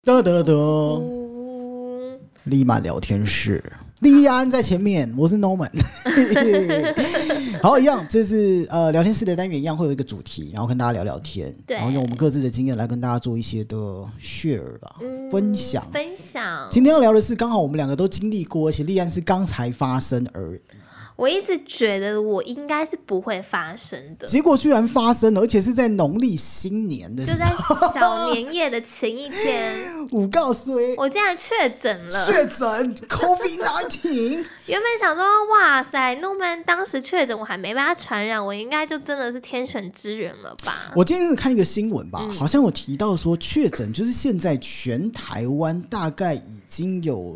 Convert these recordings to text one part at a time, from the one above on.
得得得，利曼聊天室，莉安在前面，我是 Norman 好，一样就是聊天室的单元一样会有一个主题，然后跟大家聊聊天，然后用我们各自的经验来跟大家做一些的 share 吧，分享。今天要聊的是刚好我们两个都经历过，而且莉安是刚才发生而已。 我一直觉得我应该是不会发生的， 结果居然发生了，而且是在农历新年的时候， 就在小年夜的前一天五告岁我竟然确诊了 COVID-19 原本想说哇塞，Norman 当时确诊我还没被他传染，我应该就真的是天选之人了吧。 我今天是看一个新闻吧，好像有提到说确诊就是现在全台湾大概已经有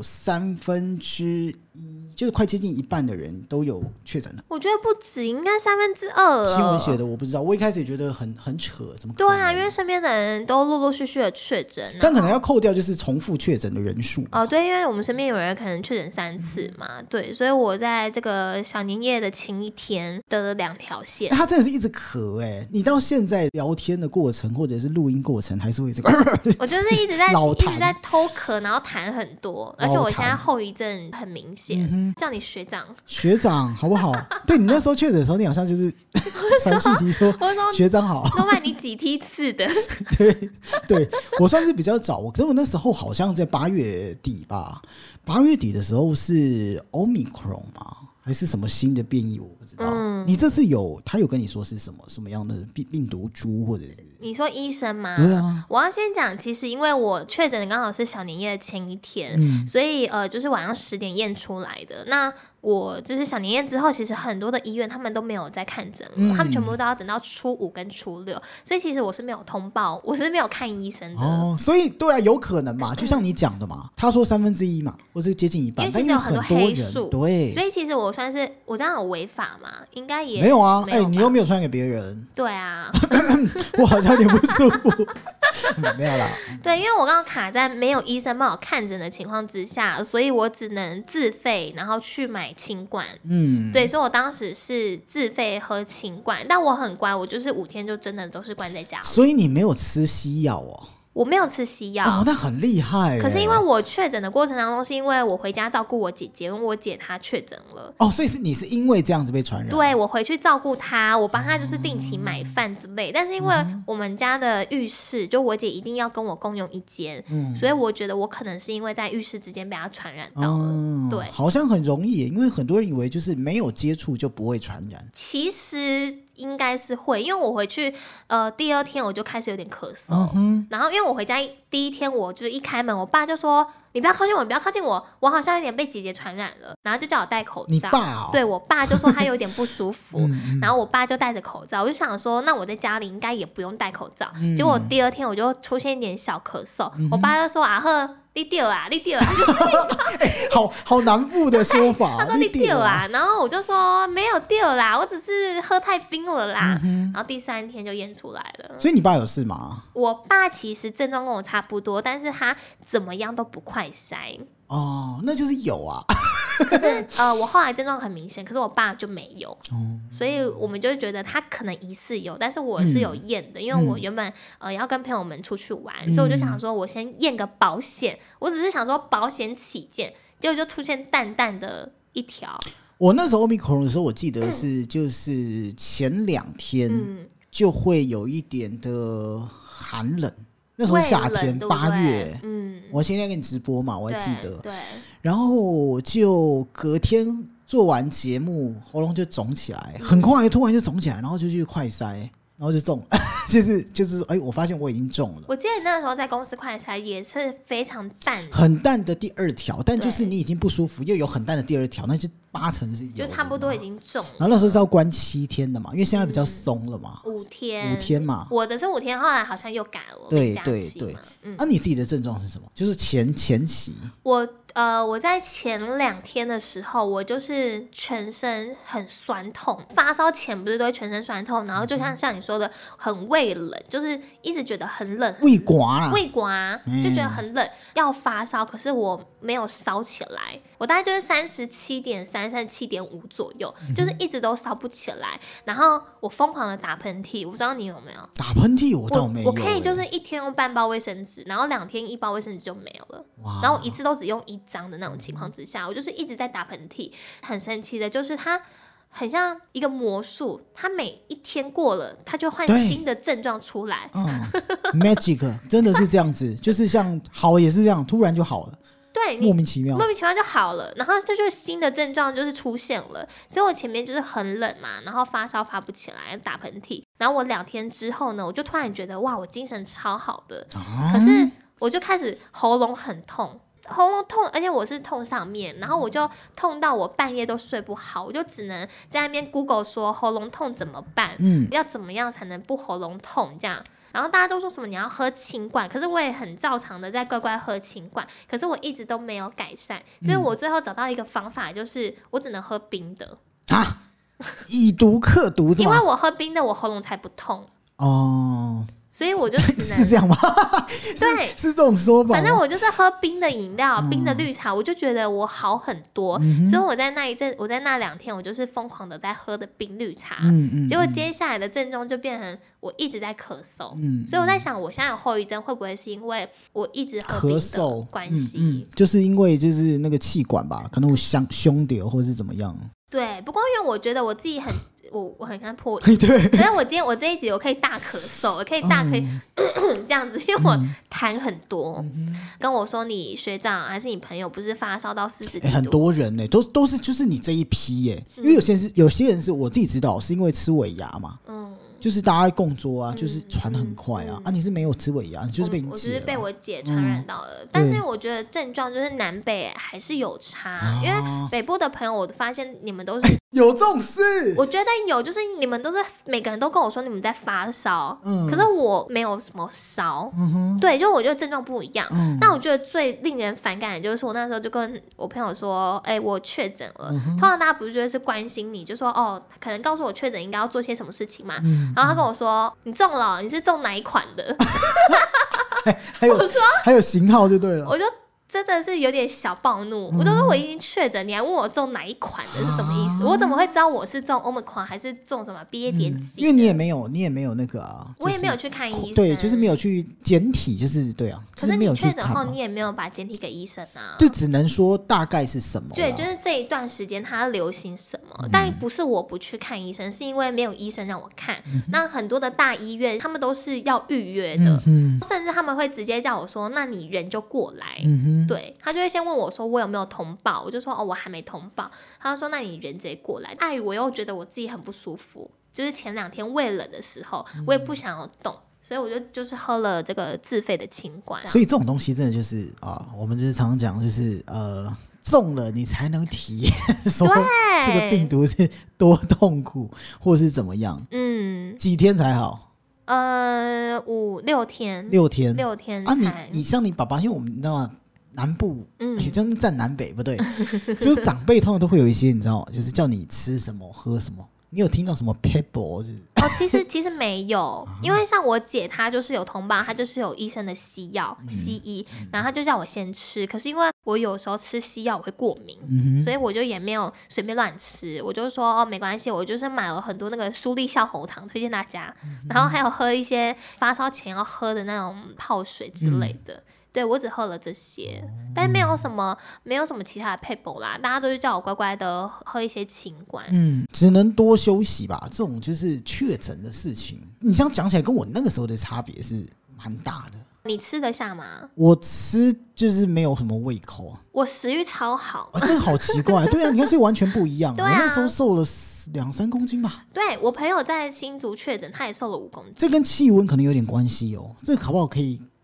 1/3，就是快接近一半的人都有确诊了。 我觉得不止，应该2/3了。 新闻写的我不知道，我一开始也觉得很扯，怎么可能？ 对啊，因为身边的人都陆陆续续的确诊， 但可能要扣掉就是重复确诊的人数。 哦，对，因为我们身边有人可能确诊3次嘛，对，所以我在这个小年夜的前一天得了2条线。 他真的是一直咳哎，你到现在聊天的过程或者是录音过程还是会这个？ 我就是一直在偷咳，然后痰很多，而且我现在后遗症很明显。叫你学长好不好？对，你那时候确诊的时候，你好像就是传讯息说学长好。 Norman你几梯次的？ 对，我算是比较早，可是我那时候好像在8月底吧。8月底的时候是 Omicron 吗？还是什么新的变异我不知道。你这次他有跟你说是什么样的病毒株，或者是你说医生吗？ 对啊， 我要先讲，其实因为我确诊的刚好是小年夜的前一天，所以就是晚上10点验出来的。那我就是小年夜之后，其实很多的医院他们都没有在看诊了，他们全部都要等到初5跟初6，所以其实我是没有通报，我是没有看医生的。 哦，所以对啊，有可能嘛，就像你讲的嘛，他说1/3嘛，或是接近一半， 因为其实有很多黑数， 对， 所以其实我算是我这样有违法吗？应该也没有啊，你又没有传给别人。 对啊， 我好像有点不舒服。没有啦。 对，因为我刚刚卡在没有医生帮我看诊的情况之下，所以我只能自费，然后去买清冠。对，所以我当时是自费喝清冠，但我很乖，我就是5天就真的都是关在家里。 所以你没有吃西药哦？ 我没有吃西药哦，那很厉害。 可是因为我确诊的过程当中，是因为我回家照顾我姐姐，因为我姐她确诊了。 哦，所以你是因为这样子被传染？ 对，我回去照顾她，我帮她就是定期买饭之类。但是因为我们家的浴室，就我姐一定要跟我共用一间，所以我觉得我可能是因为在浴室之间被她传染到了。对， 好像很容易耶，因为很多人以为就是没有接触就不会传染。 其实应该是会，因为我回去第2天我就开始有点咳嗽，然后因为我回家第1天我就是一开门，我爸就说你不要靠近我，你不要靠近我，我好像有点被姐姐传染了，然后就叫我戴口罩。 你爸哦？ 对，我爸就说他有点不舒服，然后我爸就戴着口罩，我就想说那我在家里应该也不用戴口罩，结果第2天我就出现一点小咳嗽，我爸就说啊呵。你丢啊， 好南部的说法。 他说你丢啊，然后我就说没有丢啦，我只是喝太冰了啦。然后第3天就验出来了。 所以你爸有事吗？ 我爸其实症状跟我差不多，但是他怎么样都不快筛。 哦，那就是有啊。 可是我后来症状很明显，可是我爸就没有，所以我们就觉得他可能疑似有，但是我是有验的，因为我原本要跟朋友们出去玩，所以我就想说我先验个保险，我只是想说保险起见，结果就出现淡淡的一条。 我那时候 Omicron 的时候，我记得是就是前2天就会有一点的寒冷。那时候夏天8月，我现在跟你直播嘛，我还记得。对，然后就隔天做完节目，喉咙就肿起来，很快突然就肿起来，然后就去快筛，然后就中，就是我发现我已经中了。 我记得那时候在公司快筛也是非常淡， 很淡的第2条，但就是你已经不舒服，又有很淡的第2条，那就80%是有， 就差不多已经中了。 然后那时候是要关7天的嘛，因为现在比较松了嘛 ，5天嘛。 我的是5天，后来好像又改了。 对。那你自己的症状是什么？就是前期。 我我在前2天的时候，我就是全身很酸痛，发烧前不是都会全身酸痛，然后就像你说的很畏冷，就是一直觉得很冷， 胃刮啦， 胃刮就觉得很冷，要发烧，可是我没有烧起来，我大概就是37.3、37.5左右，就是一直都烧不起来，然后我疯狂的打喷嚏，我不知道你有没有打喷嚏，我倒没有、 我可以就是1天用半包卫生纸，然后2天1包卫生纸就没有了，然后一次都只用1张的那种情况之下，我就是一直在打喷嚏。很神奇的就是它很像一个魔术，它每1天过了，它就换新的症状出来。 Magic 真的是这样子，就是像好也是这样，突然就好了。 对， 莫名其妙就好了，然后这就是新的症状就是出现了，所以我前面就是很冷嘛，然后发烧发不起来，打喷嚏，然后我2天之后呢，我就突然觉得哇，我精神超好的，可是我就开始喉咙很痛，而且我是痛上面，然后我就痛到我半夜都睡不好，我就只能在那边 Google 说喉咙痛怎么办，要怎么样才能不喉咙痛这样。然后大家都说什么你要喝清冠，可是我也很照常的在乖乖喝清冠，可是我一直都没有改善，所以我最后找到一个方法，就是我只能喝冰的啊，以毒克毒， 因为我喝冰的我喉咙才不痛哦。 所以我就只能是这样吗？ 对， 是这种说法。 反正我就是喝冰的饮料，冰的绿茶，我就觉得我好很多。所以我在那2天，我就是疯狂的在喝的冰绿茶。结果接下来的症状就变成我一直在咳嗽。所以我在想，我现在有后遗症，会不会是因为我一直喝冰的关系？ 就是因为就是那个气管吧，可能我胸掉或是怎么样。 对，不过因为我觉得我自己我很看破音， 对。 但我今天我这一集我可以大咳嗽，我可以这样子，因为我痰很多。跟我说你学长还是你朋友不是发烧到40几度， 很多人呢，都是就是你这一批耶，因为有些人是我自己知道是因为吃尾牙嘛。就是大家共桌啊，就是传很快啊。你是没有吃尾牙，你就是被你姐， 我就是被我姐传染到了。但是我觉得症状就是南北还是有差，因为北部的朋友，我发现你们都是有这种事， 我觉得有，就是你们都是每个人都跟我说你们在发烧，可是我没有什么烧，对，就我觉得症状不一样。但我觉得最令人反感的就是我那时候就跟我朋友说，我确诊了。通常大家不是觉得是关心你，就说可能告诉我确诊应该要做些什么事情嘛。然后他跟我说你中了，你是中哪一款的？ 还有型号就对了。 我就真的是有点小暴怒，我就说我已经确诊，你还问我中哪一款的是什么意思？我怎么会知道我是中 Omicron 还是中什么 BA 点几？ 因为你也没有那个啊， 我也没有去看医生， 对，就是没有去检体，就是对啊。 可是你确诊后，你也没有把检体给医生啊， 就只能说大概是什么。 对，就是这一段时间它流行什么，但不是我不去看医生，是因为没有医生让我看。那很多的大医院他们都是要预约的，甚至他们会直接叫我说，那你人就过来。对，他就会先问我说我有没有通报，我就说我还没通报。他就说那你人直接过来。碍于我又觉得我自己很不舒服，就是前2天胃冷的时候，我也不想要动，所以我就是喝了这个自费的清冠。 所以这种东西真的就是我们就是常常讲，就是中了你才能体验说这个病毒是多痛苦，或是怎么样。几天才好 ？6天。 6天才。 你像你爸爸，因为我们你知道吗？南部，就是占南北不对，就是长辈通常都会有一些，你知道，就是叫你吃什么喝什么。你有听到什么 pebble 其实没有，因为像我姐她就是有通报，她就是有医生的西药西医，然后她就叫我先吃。可是因为我有时候吃西药我会过敏，所以我就也没有随便乱吃。我就说没关系，我就是买了很多那个舒立笑喉糖推荐大家，然后还有喝一些发烧前要喝的那种泡水之类的。对，我只喝了这些，但没有什么其他的配补啦，大家都是叫我乖乖的喝一些清冠。 只能多休息吧。这种就是确诊的事情，你这样讲起来跟我那个时候的差别是蛮大的。 你吃得下吗？ 我吃就是没有什么胃口， 我食欲超好。 这个好奇怪。对啊，你看，所以完全不一样。我那时候瘦了2-3公斤吧。 对，我朋友在新竹确诊，他也瘦了5公斤。 这跟气温可能有点关系哦。这个搞不好可以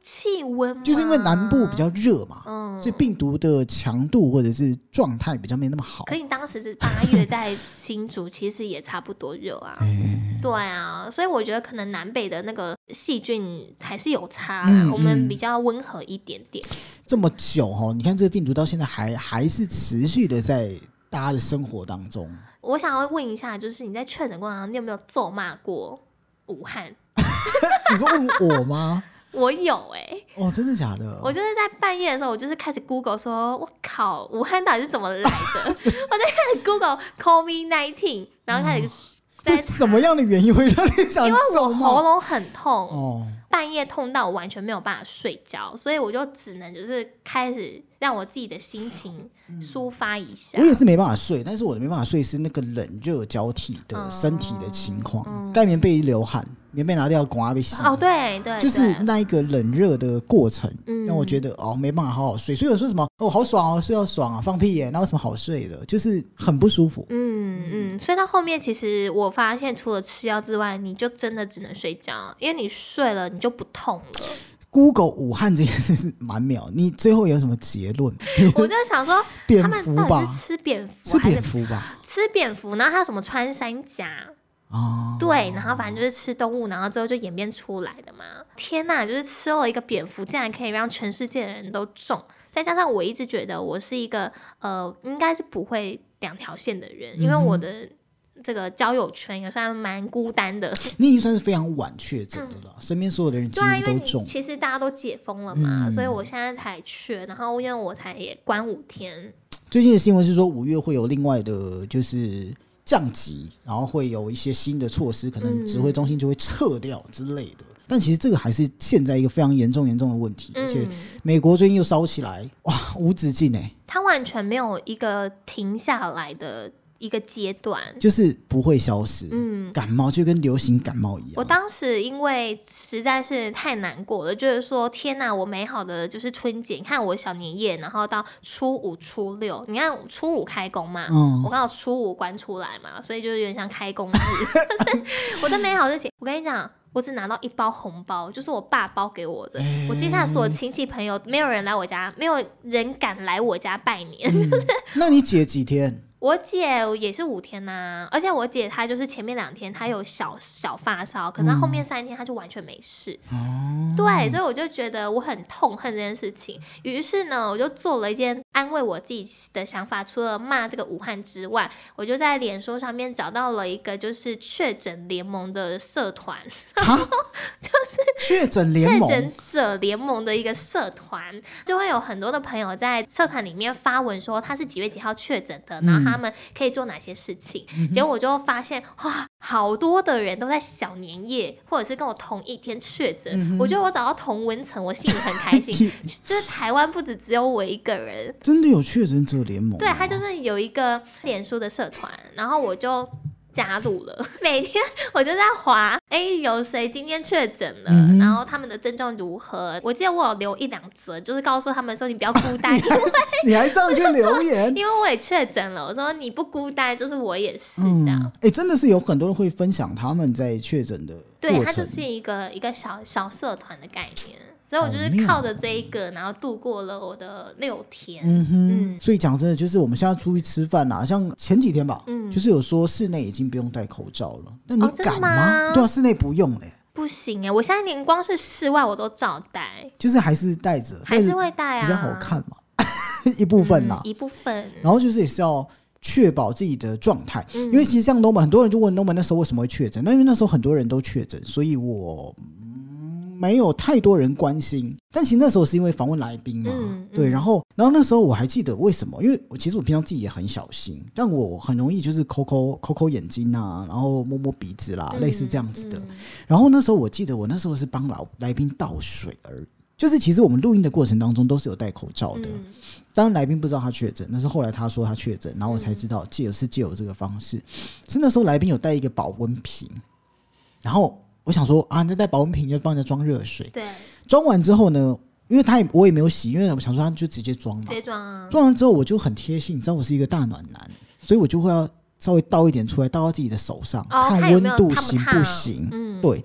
气温吗？ 就是因为南部比较热嘛，所以病毒的强度或者是状态比较没那么好。 可你当时是8月在新竹，其实也差不多热啊。对啊，所以我觉得可能南北的那个细菌还是有差啦，我们比较温和一点点。 这么久你看这个病毒到现在还是持续的在大家的生活当中。 我想要问一下，就是你在确诊过程中，你有没有咒骂过武汉？ 你说问我吗？ 我有真的假的？ 我就是在半夜的时候，我就是开始 Google 说，我靠，武汉到底是怎么来的？我在开始 Google COVID-19， 然后开始在什么样的原因会让你想？ 因为我喉咙很痛，半夜痛到我完全没有办法睡觉，所以我就只能就是开始让我自己的心情抒发一下。 我也是没办法睡，但是我的没办法睡是那个冷热交替的身体的情况，盖棉被一流汗，棉被拿掉，刮被洗。 对对， 就是那一个冷热的过程，让我觉得没办法好好睡。所以有说什么好爽睡到爽啊，放屁耶，哪有什么好睡的，就是很不舒服。 睡到后面，其实我发现除了吃药之外，你就真的只能睡觉，因为你睡了你就不痛了。 Google 武汉这件事是蛮妙，你最后有什么结论？ 我就想说，他们到底是吃蝙蝠， 是蝙蝠吧？ 吃蝙蝠，然后还有什么穿山甲？对，然后反正就是吃动物，然后之后就演变出来的嘛。天哪，就是吃了一个蝙蝠，竟然可以让全世界的人都中。再加上我一直觉得我是一个应该是不会2条线的人，因为我的这个交友圈也算蛮孤单的。 你已经算是非常晚确诊的了，身边所有的人几乎都中。 其实大家都解封了嘛，所以我现在才确，然后因为我才也关5天。 最近的新闻是说5月会有另外的，就是降级，然后会有一些新的措施，可能指挥中心就会撤掉之类的。但其实这个还是现在一个非常严重的问题，而且美国最近又烧起来，哇，无止境它完全没有一个停下来的一个阶段， 就是不会消失。感冒就跟流行感冒一样。 我当时因为实在是太难过了，就是说天哪，我美好的就是春节，你看我小年夜，然后到初5、初6，你看初5开工嘛，我刚好初5关出来嘛，所以就是有点像开工日。我的美好日情，我跟你讲。我只拿到1包红包，就是我爸包给我的。我接下来所有亲戚朋友，没有人来我家，没有人敢来我家拜年。 那你姐几天？ 我姐也是5天啊，而且我姐她就是前面2天她有小发烧，可是她后面3天她就完全没事。对，所以我就觉得我很痛恨这件事情。于是呢，我就做了一件安慰我自己的想法，除了骂这个武汉之外，我就在脸书上面找到了一个就是确诊联盟的社团，就是确诊者联盟的一个社团，就会有很多的朋友在社团里面发文说他是几月几号确诊的，然后他们可以做哪些事情。结果我就发现哇，好多的人都在小年夜或者是跟我同一天确诊。我觉得我找到同温层，我心里很开心。就是台湾不只有我一个人， 真的有确诊者联盟。 对，他就是有一个脸书的社团，然后我就加入了，每天我就在滑，有谁今天确诊了，然后他们的症状如何。我记得我有留1、2则，就是告诉他们说你不要孤单。 你还上去留言？ 因为我也确诊了，我说你不孤单，就是我也是这样。 真的是有很多人会分享他们在确诊的过程。 对，它就是一个小社团的概念。所以我就是靠着这一个，然后度过了我的6天。 所以讲真的，就是我们现在出去吃饭啊，像前几天吧，就是有说室内已经不用戴口罩了。但你敢吗？对啊，室内不用不行我现在连光是室外我都照戴， 就是还是戴着， 还是会戴啊， 比较好看嘛，一部分啦， 一部分。 然后就是也是要确保自己的状态，因为其实像 Norman 很多人就问 Norman 那时候为什么会确诊，但因为那时候很多人都确诊，所以我没有太多人关心。但其实那时候是因为访问来宾嘛，对，然后那时候我还记得为什么，因为其实我平常自己也很小心，但我很容易就是抠眼睛啊，然后摸摸鼻子啦，类似这样子的。然后那时候我记得我那时候是帮来宾倒水而已，就是其实我们录音的过程当中都是有戴口罩的。当然来宾不知道他确诊，那是后来他说他确诊，然后我才知道借由这个方式。是那时候来宾有带一个保温瓶，然后我想说啊，那带保温瓶就帮人家装热水。 对， 装完之后呢，因为我也没有洗，因为我想说他就直接装嘛。 直接装啊。 装完之后我就很贴心，你知道我是一个大暖男，所以我就会要稍微倒一点出来，倒到自己的手上，看温度行不行。对，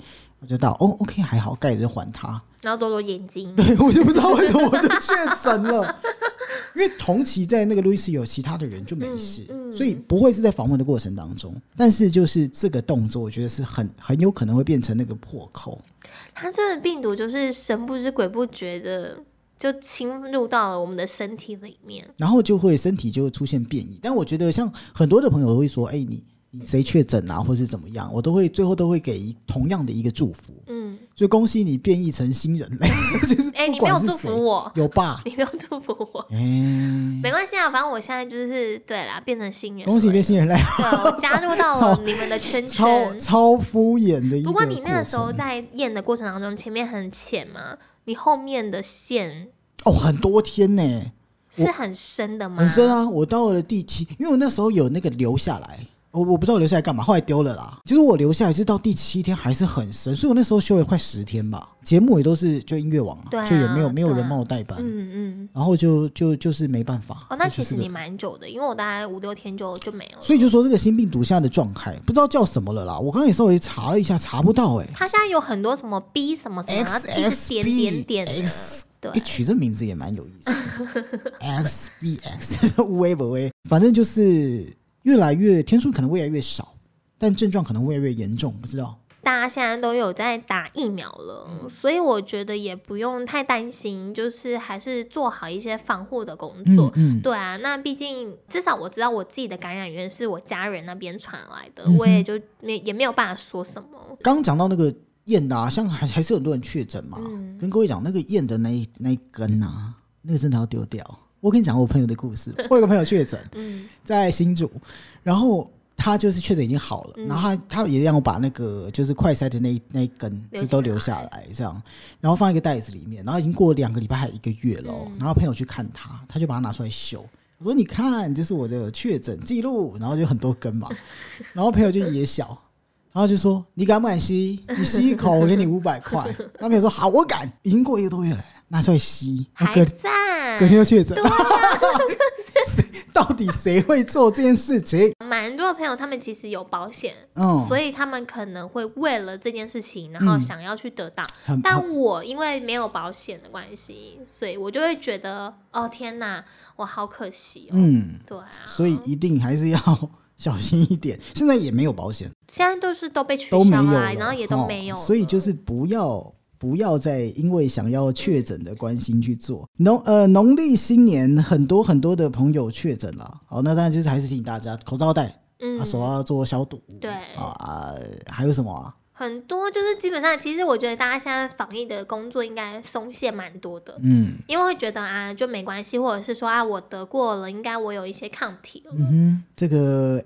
我就到OK 还好，盖着就还他， 然后多眼睛。 对，我就不知道为什么我就确诊了。因为同期在那个路易斯有其他的人就没事，所以不会是在访问的过程当中。但是就是这个动作，我觉得是很有可能会变成那个破口。 它这个病毒就是神不知鬼不觉的就侵入到了我们的身体里面， 然后就会身体就会出现变异。但我觉得像很多的朋友会说，你谁确诊啊，或是怎么样，我最后都会给同样的一个祝福。就恭喜你变异成新人类。就是你没有祝福我， 有吧？ 你没有祝福我，没关系啊，反正我现在就是对啦，变成新人类， 恭喜变新人类。 对，我加入到了你们的圈圈， 超敷衍的一个过程。 不过你那个时候在验的过程当中，前面很浅嘛，你后面的线很多天呢， 是很深的吗？ 很深啊！我到了第7，因为我那时候有那个留下来。我不知道我留下来干嘛，后来丢了啦。就是我留下来是到第7天还是很深，所以我那时候休了快10天吧。节目也都是就音乐网啊，就也没有人帮我代班，然后就是没办法。 那其实你蛮久的，因为我大概5-6天就没了。 所以就说这个新病毒现在的状态不知道叫什么了啦。我刚刚也稍微查了一下，查不到它现在有很多什么 B 什么什么，一直点对，取这名字也蛮有意思的。XBX 无为不为，反正就是越来越天数可能越来越少，但症状可能越来越严重，不知道。 大家现在都有在打疫苗了，所以我觉得也不用太担心，就是还是做好一些防护的工作。对啊，那毕竟至少我知道我自己的感染源是我家人那边传来的，我也就也没有办法说什么。 刚刚讲到那个验的像还是很多人确诊嘛，跟各位讲那个验的那一根啊，那个真的要丢掉。我跟你讲我朋友的故事，我有个朋友确诊，在新竹，然后他就是确诊已经好了，然后他也让我把那个就是快筛的那一根就都留下来，这样，然后放一个袋子里面，然后已经过了2个礼拜还1个月了，然后朋友去看他就把它拿出来秀，我说你看，这是我的确诊记录，然后就很多根嘛，然后朋友就也小，然后就说你敢不敢吸？你吸一口我给你500块。然后朋友说好，我敢。已经过1个多月了，拿出来吸， 还在， 隔天就确诊。到底谁会做这件事情？ 蛮多的朋友他们其实有保险，所以他们可能会为了这件事情，然后想要去得到。但我因为没有保险的关系，所以我就会觉得，哦天哪，我好可惜哦。对啊， 所以一定还是要小心一点。现在也没有保险， 现在都被取消了，然后也都没有了， 所以就是不要再因为想要确诊的关心去做。农历新年很多的朋友确诊了，好，那当然就是还是提醒大家口罩戴，手要做消毒， 对还有什么啊？ 很多就是基本上，其实我觉得大家现在防疫的工作应该松懈蛮多的，因为会觉得啊就没关系，或者是说啊我得过了，应该我有一些抗体了。 这个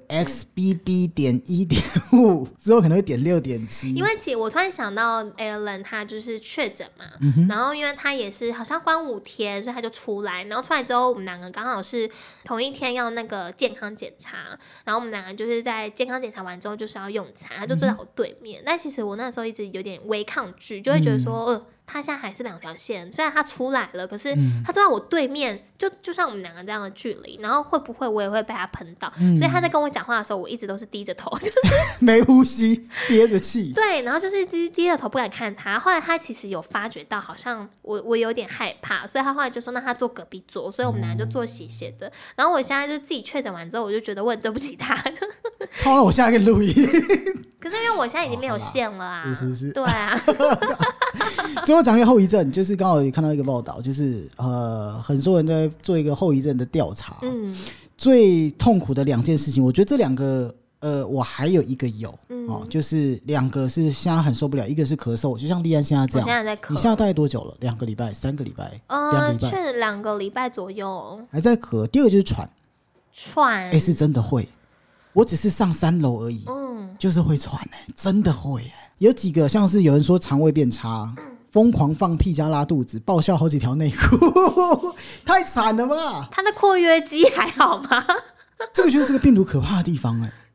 XBB.1.5 之后可能会.6.7， 因为其实我突然想到 Alan 他就是确诊嘛，然后因为他也是好像关5天，所以他就出来，然后出来之后我们2个刚好是同一天要那个健康检查，然后我们2个就是在健康检查完之后就是要用餐，他就坐在我对面，但其实我那时候一直有点微抗拒，就会觉得说他现在还是2条线，虽然他出来了，可是他坐在我对面，就像我们2个这样的距离，然后会不会我也会被他喷到，所以他在跟我讲话的时候，我一直都是低着头，就是没呼吸，憋着气。 对，然后就是低着头不敢看他。后来他其实有发觉到，好像我有点害怕，所以他后来就说，那他坐隔壁桌，所以我们2个就坐斜斜的。然后我现在就自己确诊完之后，我就觉得我很对不起他。 好了，我现在跟录音。 可是因为我现在已经没有线了啊， 是， 对啊。 最后讲一个后遗症，就是刚好也看到一个报道，就是很多人在做一个后遗症的调查。最痛苦的2件事情，我觉得这2个我还有一个有，就是2个是现在很受不了，一个是咳嗽，就像立安现在这样。 我现在在咳。 你现在大概多久了？2个礼拜、3个礼拜？2个礼拜， 确实2个礼拜左右， 还在咳。第二个就是喘， 是真的会。我只是上3楼而已，就是会喘，真的会。有几个像是有人说肠胃变差，疯狂放屁加拉肚子，报销好几条内裤，太惨了吧？ 他的括约肌还好吗？ 这个就是这个病毒可怕的地方。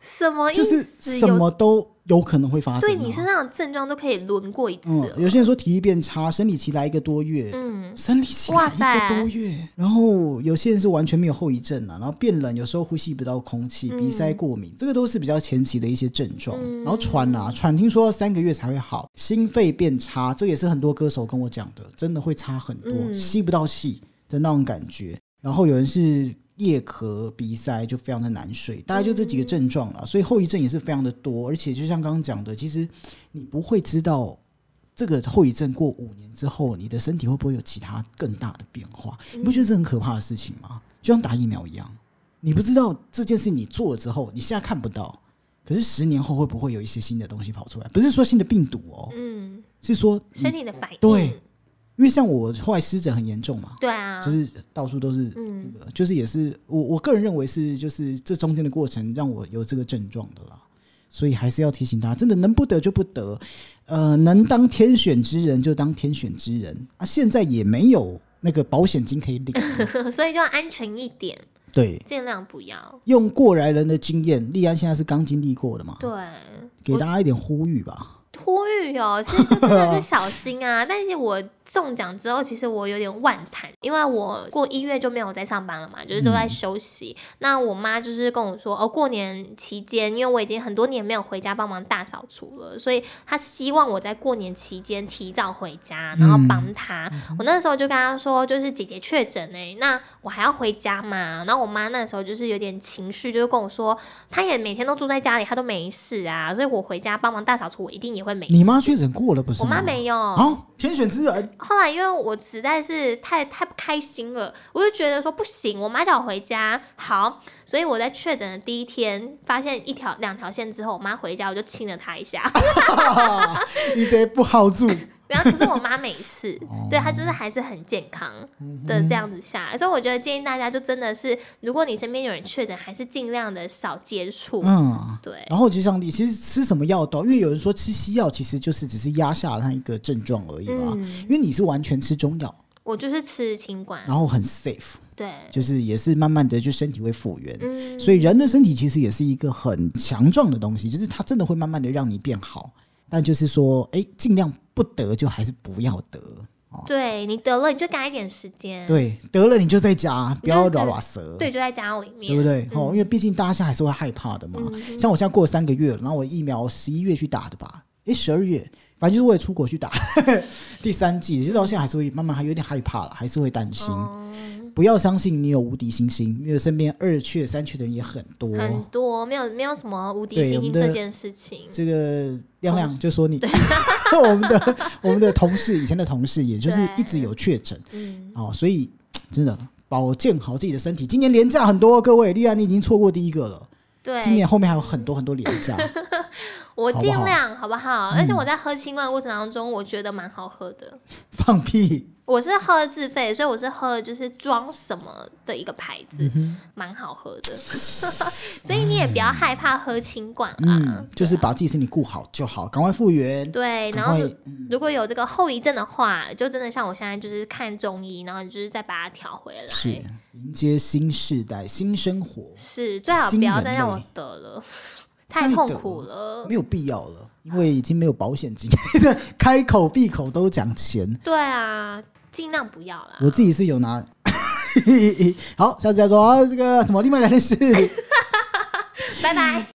什么意思？ 就是什么都有可能会发生、啊。 对你身上的症状都可以轮过一次了、 有些人说体力变差，生理期来1个多月，生理期来1个多月，然后有些人是完全没有后遗症啊，然后变冷，有时候呼吸不到空气，鼻塞过敏，这个都是比较前期的一些症状。然后喘听说要3个月才会好，心肺变差，这也是很多歌手跟我讲的，真的会差很多，吸不到气的那种感觉。然后有人是夜咳、鼻塞，就非常的难睡，大概就这几个症状啦。所以后遗症也是非常的多，而且就像刚刚讲的，其实你不会知道这个后遗症过5年之后，你的身体会不会有其他更大的变化？你不觉得这很可怕的事情吗？就像打疫苗一样，你不知道这件事你做了之后，你现在看不到，可是10年后会不会有一些新的东西跑出来？不是说新的病毒哦，是说身体的反应。 对。因为像我后来湿疹很严重嘛， 对啊， 就是到处都是就是也是我个人认为是就是这中间的过程让我有这个症状的啦，所以还是要提醒大家，真的能不得就不得，能当天选之人就当天选之人啊！现在也没有那个保险金可以领， 所以就要安全一点， 对， 尽量不要用过来人的经验。立安现在是刚经历过的嘛， 对， 给大家一点呼吁吧。 呼吁哦，其实就真的是小心啊！但是我中奖之后，其实我有点万谈，因为我过1月就没有在上班了嘛，就是都在休息。那我妈就是跟我说，过年期间，因为我已经很多年没有回家帮忙大扫除了，所以她希望我在过年期间提早回家，然后帮她。我那时候就跟她说，就是姐姐确诊那我还要回家嘛。然后我妈那时候就是有点情绪，就是跟我说，她也每天都住在家里，她都没事啊，所以我回家帮忙大扫除，我一定也会没事。 你妈确诊过了不是吗？ 我妈没有。 天选之人。 后来因为我实在是太不开心了，我就觉得说不行，我妈叫我回家，好，所以我在确诊的第1天发现2条线之后，我妈回家我就亲了她一下。 你这不好住。 然后可是我妈没事，对，她就是还是很健康的这样子下来，所以我觉得建议大家就真的是，如果你身边有人确诊，还是尽量的少接触，对。 然后就像你其实吃什么药都，因为有人说吃西药其实就是只是压下它一个症状而已嘛，因为你是完全吃中药， 我就是吃清冠， 然后很 safe， 对， 就是也是慢慢的就身体会复原，所以人的身体其实也是一个很强壮的东西，就是它真的会慢慢的让你变好。但就是说尽量不得就还是不要得， 对，你得了你就给他一点时间， 对，得了你就在家，不要拉舌， 对，就在家里面， 对不对？因为毕竟大家现在还是会害怕的嘛，像我现在过了3个月了，然后我疫苗11月去打的吧，12月反正就是为了出国去打第3剂，其实到现在还是会慢慢还有点害怕了，还是会担心，不要相信你有无敌星星，因为身边2确3确的人也很多， 没有什么无敌星星这件事情。 这个亮亮就说你我们的同事，以前的同事，也就是一直有确诊，所以真的保健好自己的身体。今年连假很多，各位，立安你已经错过第1个了，对，今年后面还有很多很多连假。 我尽量好不好？而且我在喝清冠的过程当中，我觉得蛮好喝的。 放屁！ 我是喝自费，所以我是喝就是装什么的一个牌子，蛮好喝的。所以你也不要害怕喝清冠啦， 就是把自己身体顾好就好，赶快复原。 对，然后如果有这个后遗症的话，就真的像我现在就是看中医，然后你就是再把它调回来， 是迎接新世代、新生活。 是最好不要再让我得了。太痛苦了， 没有必要了，因为已经没有保险金，开口闭口都讲钱。 对啊，尽量不要啦。 我自己是有拿。好，下次再说这个什么另外2件事。 拜拜。